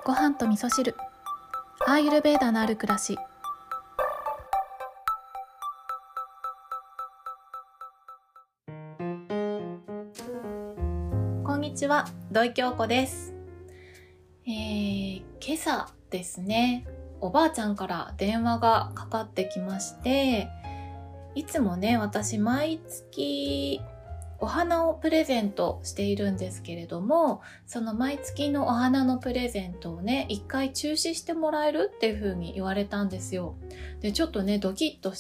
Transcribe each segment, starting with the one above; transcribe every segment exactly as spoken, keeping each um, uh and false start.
ご飯と味噌汁、アーユルヴェーダのある暮らし。こんにちは、土井京子です。えー、今朝ですね、おばあちゃんから電話がかかってきまして、いつもね、私毎月お花をプレゼントしているんですけれども、その毎月のお花のプレゼントをね、一回中止してもらえるっていう風に言われたんですよ。で、ちょっとね、ドキッとして、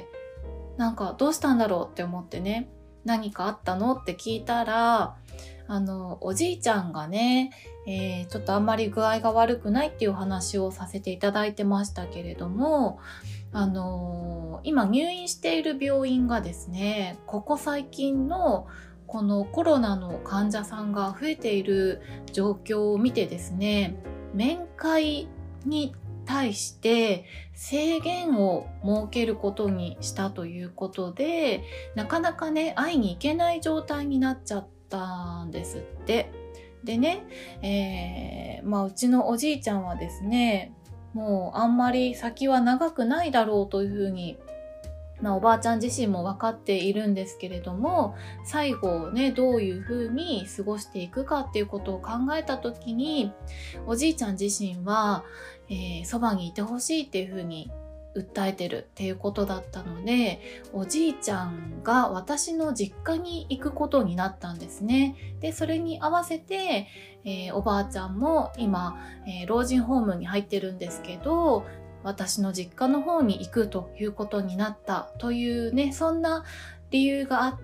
なんかどうしたんだろうって思ってね、何かあったのって聞いたら、あの、おじいちゃんがね、えー、ちょっとあんまり具合が悪くないっていうお話をさせていただいてましたけれども、あのー、今入院している病院がですね、ここ最近のこのコロナの患者さんが増えている状況を見てですね、面会に対して制限を設けることにしたということで、なかなかね、会いに行けない状態になっちゃったんですって。でね、えー、まあうちのおじいちゃんはですね、もうあんまり先は長くないだろうというふうに、まあ、おばあちゃん自身も分かっているんですけれども、最後をね、どういうふうに過ごしていくかっていうことを考えたときに、おじいちゃん自身は、えー、そばにいてほしいっていうふうに訴えてるっていうことだったので、おじいちゃんが私の実家に行くことになったんですね。で、それに合わせて、えー、おばあちゃんも今、えー、老人ホームに入ってるんですけど、私の実家の方に行くということになったというね、そんな理由があって、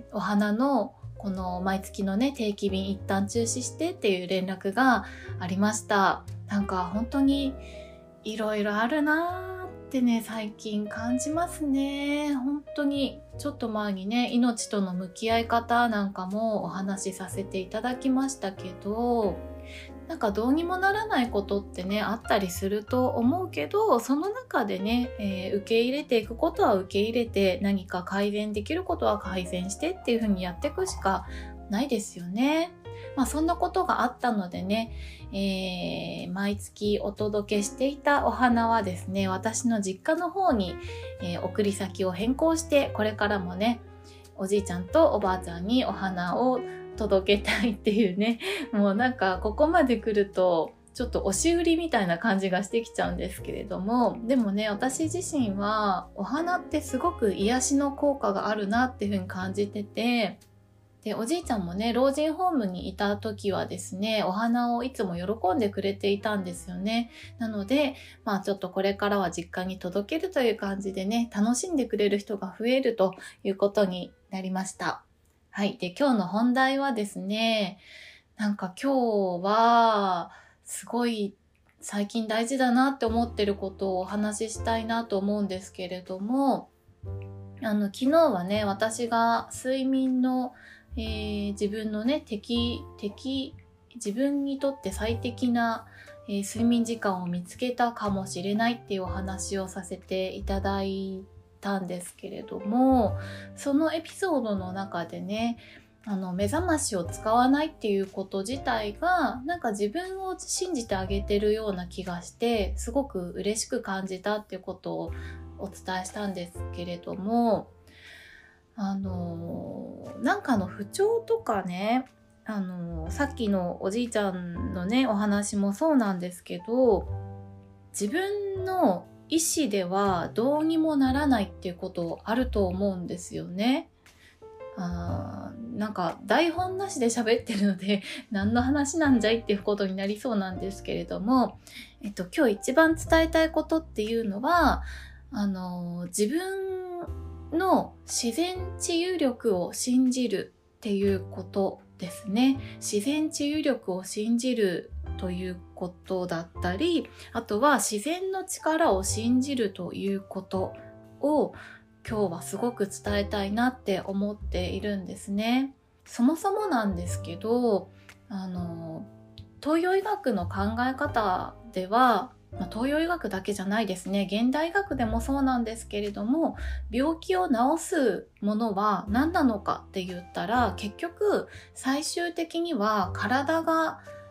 お花のこの毎月のね、定期便一旦中止してっていう連絡がありました。なんか本当にいろいろあるなーってね、最近感じますね。本当にちょっと前にね、命との向き合い方なんかもお話しさせていただきましたけど、なんかどうにもならないことってね、あったりすると思うけど、その中でね、えー、受け入れていくことは受け入れて、何か改善できることは改善してっていう風にやっていくしかないですよね。まあそんなことがあったのでね、えー、毎月お届けしていたお花はですね、私の実家の方に、えー、送り先を変更して、これからもね、おじいちゃんとおばあちゃんにお花を届けたいっていうね、もうなんかここまで来るとちょっと押し売りみたいな感じがしてきちゃうんですけれども、でもね、私自身はお花ってすごく癒しの効果があるなっていうふうに感じてて、で、おじいちゃんもね、老人ホームにいた時はですね、お花をいつも喜んでくれていたんですよね。なので、まあちょっとこれからは実家に届けるという感じでね、楽しんでくれる人が増えるということになりました。はい。で、今日の本題はですね、なんか今日は、すごい最近大事だなって思ってることをお話ししたいなと思うんですけれども、あの、昨日はね、私が睡眠の、えー、自分のね、適、適、自分にとって最適な、えー、睡眠時間を見つけたかもしれないっていうお話をさせていただいたんですけれども、そのエピソードの中でね、あの目覚ましを使わないっていうこと自体がなんか自分を信じてあげてるような気がして、すごく嬉しく感じたっていうことをお伝えしたんですけれども、あのなんかの不調とかね、あのさっきのおじいちゃんのねお話もそうなんですけど、自分の意思ではどうにもならないっていうことあると思うんですよね。あーなんか台本なしで喋ってるので何の話なんじゃいっていうことになりそうなんですけれども、えっと、今日一番伝えたいことっていうのは、あの自分の自然治癒力を信じるっていうことですね。自然治癒力を信じるということだったり、あとは自然の力を信じるということを今日はすごく伝えたいなって思っているんですね。そもそもなんですけど、あの東洋医学の考え方では、まあ、東洋医学だけじゃないですね、現代医学でもそうなんですけれども、病気を治すものは何なのかって言ったら、結局最終的には体が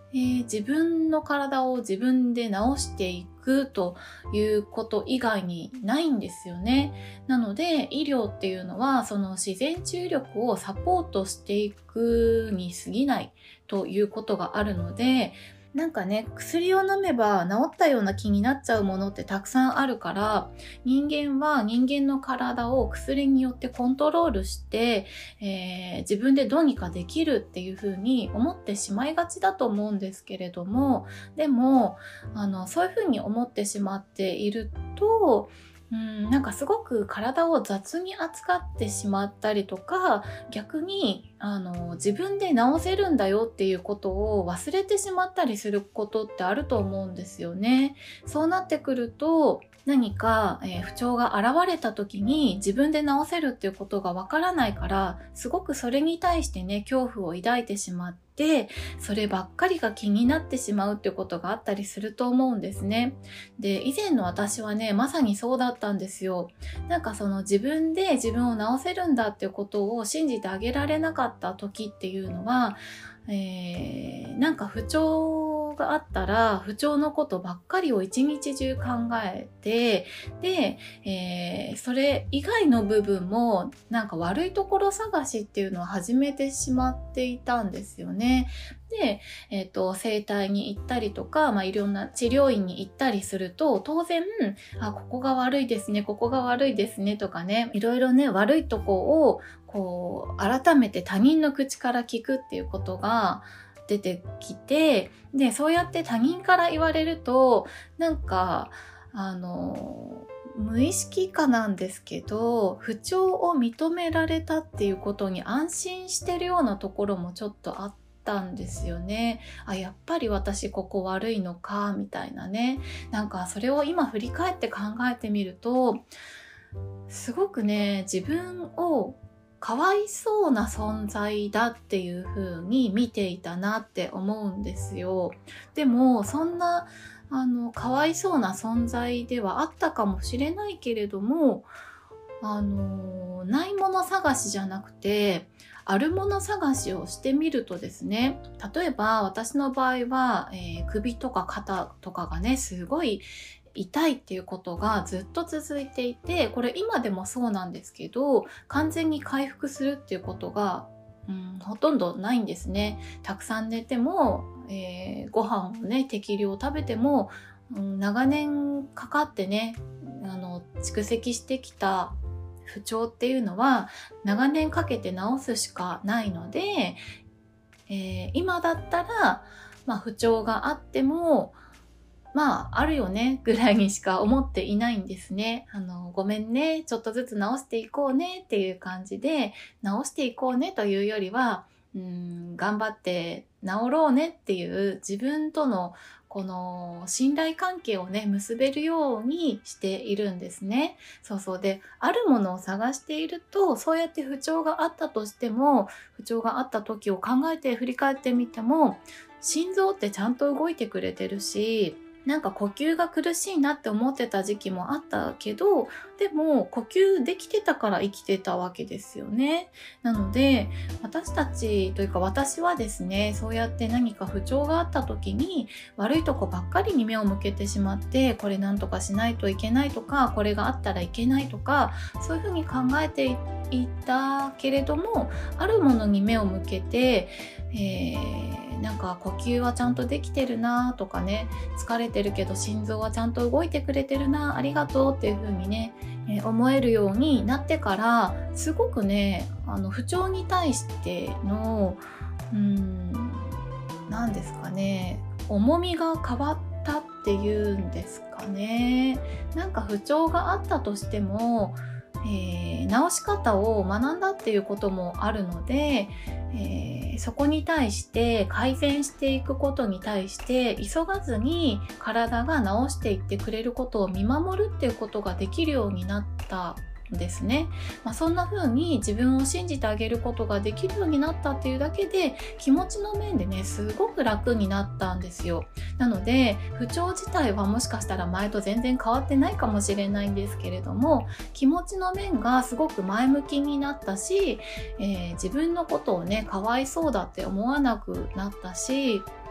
えー自分の体を自分で治していくということ以外にないんですよね。なので医療っていうのはその自然治癒力をサポートしていくに過ぎないということがあるので、なんかね、薬を飲めば治ったような気になっちゃうものってたくさんあるから、人間は人間の体を薬によってコントロールして、えー自分でどうにかできるっていうふうに思ってしまいがちだと思うんですけれども、でもあのそういうふうに思ってしまっていると、うん、なんかすごく体を雑に扱ってしまったりとか、逆にあの自分で治せるんだよっていうことを忘れてしまったりすることってあると思うんですよね。そうなってくると、何か、えー不調が現れた時に自分で治せるっていうことがわからないから、すごくそれに対してね、恐怖を抱いてしまって、そればっかりが気になってしまうっていうことがあったりすると思うんですね。で、以前の私はね、まさにそうだったんですよ。なんかその自分で自分を治せるんだっていうことを信じてあげられなかった時っていうのは、えーなんか不調があったら不調のことばっかりを一日中考えて、で、えーそれ以外の部分もなんか悪いところ探しっていうのを始めてしまっていたんですよね。で、えっと、整体に行ったりとか、まあ、いろんな治療院に行ったりすると、当然、あ、ここが悪いですね、ここが悪いですねとかね、いろいろね、悪いとこを、こう、改めて他人の口から聞くっていうことが出てきて、で、そうやって他人から言われると、なんか、あの、無意識化なんですけど、不調を認められたっていうことに安心してるようなところもちょっとあったんですよね。あ、やっぱり私ここ悪いのか、みたいなね。なんかそれを今振り返って考えてみると、すごくね、自分をかわいそうな存在だっていう風に見ていたなって思うんですよ。でも、そんな、あの、かわいそうな存在ではあったかもしれないけれども、あの、ないもの探しじゃなくて、あるもの探しをしてみるとですね、例えば私の場合は、えー首とか肩とかがね、すごい痛いっていうことがずっと続いていて、これ今でもそうなんですけど、完全に回復するっていうことが、うん、ほとんどないんですね。たくさん寝ても、えーご飯をね、適量食べても、うん、長年かかってね、あの、蓄積してきた不調っていうのは長年かけて治すしかないので、えー今だったら、まあ、不調があっても、まあ、あるよね、ぐらいにしか思っていないんですね。あの、ごめんね、ちょっとずつ直していこうねっていう感じで、直していこうねというよりは、うーん、頑張って治ろうねっていう自分とのこの信頼関係をね、結べるようにしているんですね。そうそう。で、あるものを探していると、そうやって不調があったとしても、不調があった時を考えて振り返ってみても、心臓ってちゃんと動いてくれてるし、なんか呼吸が苦しいなって思ってた時期もあったけど、でも呼吸できてたから生きてたわけですよね。なので、私たちというか私はですね、そうやって何か不調があった時に悪いとこばっかりに目を向けてしまって、これなんとかしないといけないとか、これがあったらいけないとか、そういうふうに考えていたけれども、あるものに目を向けて、えー、なんか呼吸はちゃんとできてるなとかね、疲れてるけど心臓はちゃんと動いてくれてるな、ありがとうっていう風にね、えー思えるようになってから、すごくね、あの不調に対してのうーん何ですかね、重みが変わったっていうんですかね。なんか不調があったとしても、えー治し方を学んだっていうこともあるので、えーそこに対して改善していくことに対して急がずに体が治していってくれることを見守るっていうことができるようになったんですね。まあ、そんな風に自分を信じてあげることができるようになったっていうだけで気持ちの面でね、すごく楽になったんですよ。なので不調自体はもしかしたら前と全然変わってないかもしれないんですけれども、気持ちの面がすごく前向きになったし、えー自分のことをね、かわいそうだって思わなくなったし、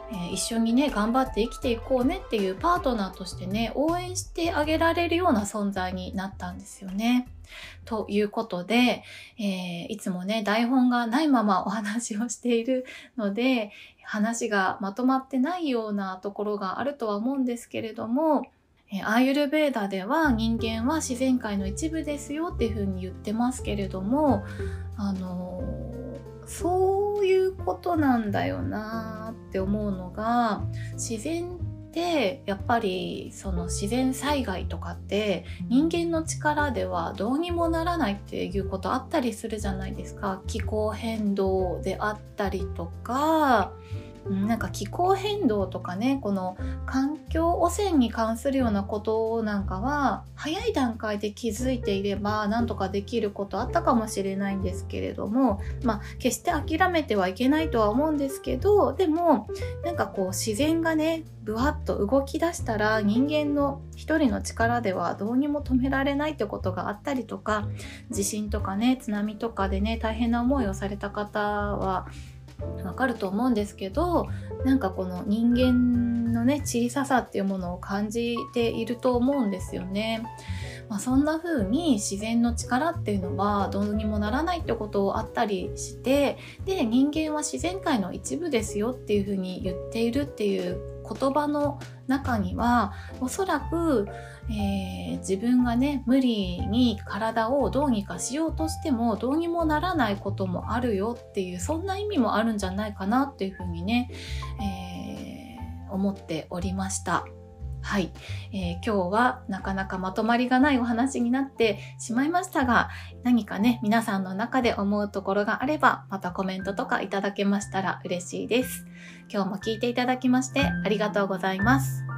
えー、一緒にね頑張って生きていこうねっていうパートナーとしてね応援してあげられるような存在になったんですよね。ということで、えー、いつもね台本がないままお話をしているので話がまとまってないようなところがあるとは思うんですけれども、アーユルヴェーダでは人間は自然界の一部ですよっていうふうに言ってますけれども、あのそういうことなんだよなって思うのが、自然ってやっぱりその自然災害とかって人間の力ではどうにもならないっていうことあったりするじゃないですか。気候変動であったりとか、なんか気候変動とかね、この環境汚染に関するようなことなんかは早い段階で気づいていればなんとかできることあったかもしれないんですけれども、まあ決して諦めてはいけないとは思うんですけど、でもなんかこう自然がねぶわっと動き出したら人間の一人の力ではどうにも止められないってことがあったりとか、地震とかね津波とかでね大変な思いをされた方はわかると思うんですけど、なんかこの人間のね小ささっていうものを感じていると思うんですよね。まあ、そんな風に自然の力っていうのはどうにもならないってことをあったりして、で人間は自然界の一部ですよっていう風に言っているっていう言葉の中にはおそらく、えー、自分がね無理に体をどうにかしようとしてもどうにもならないこともあるよっていう、そんな意味もあるんじゃないかなっていうふうにね、えー、思っておりました。はい、えー、今日はなかなかまとまりがないお話になってしまいましたが、何かね皆さんの中で思うところがあればまたコメントとかいただけましたら嬉しいです。今日も聞いていただきましてありがとうございます。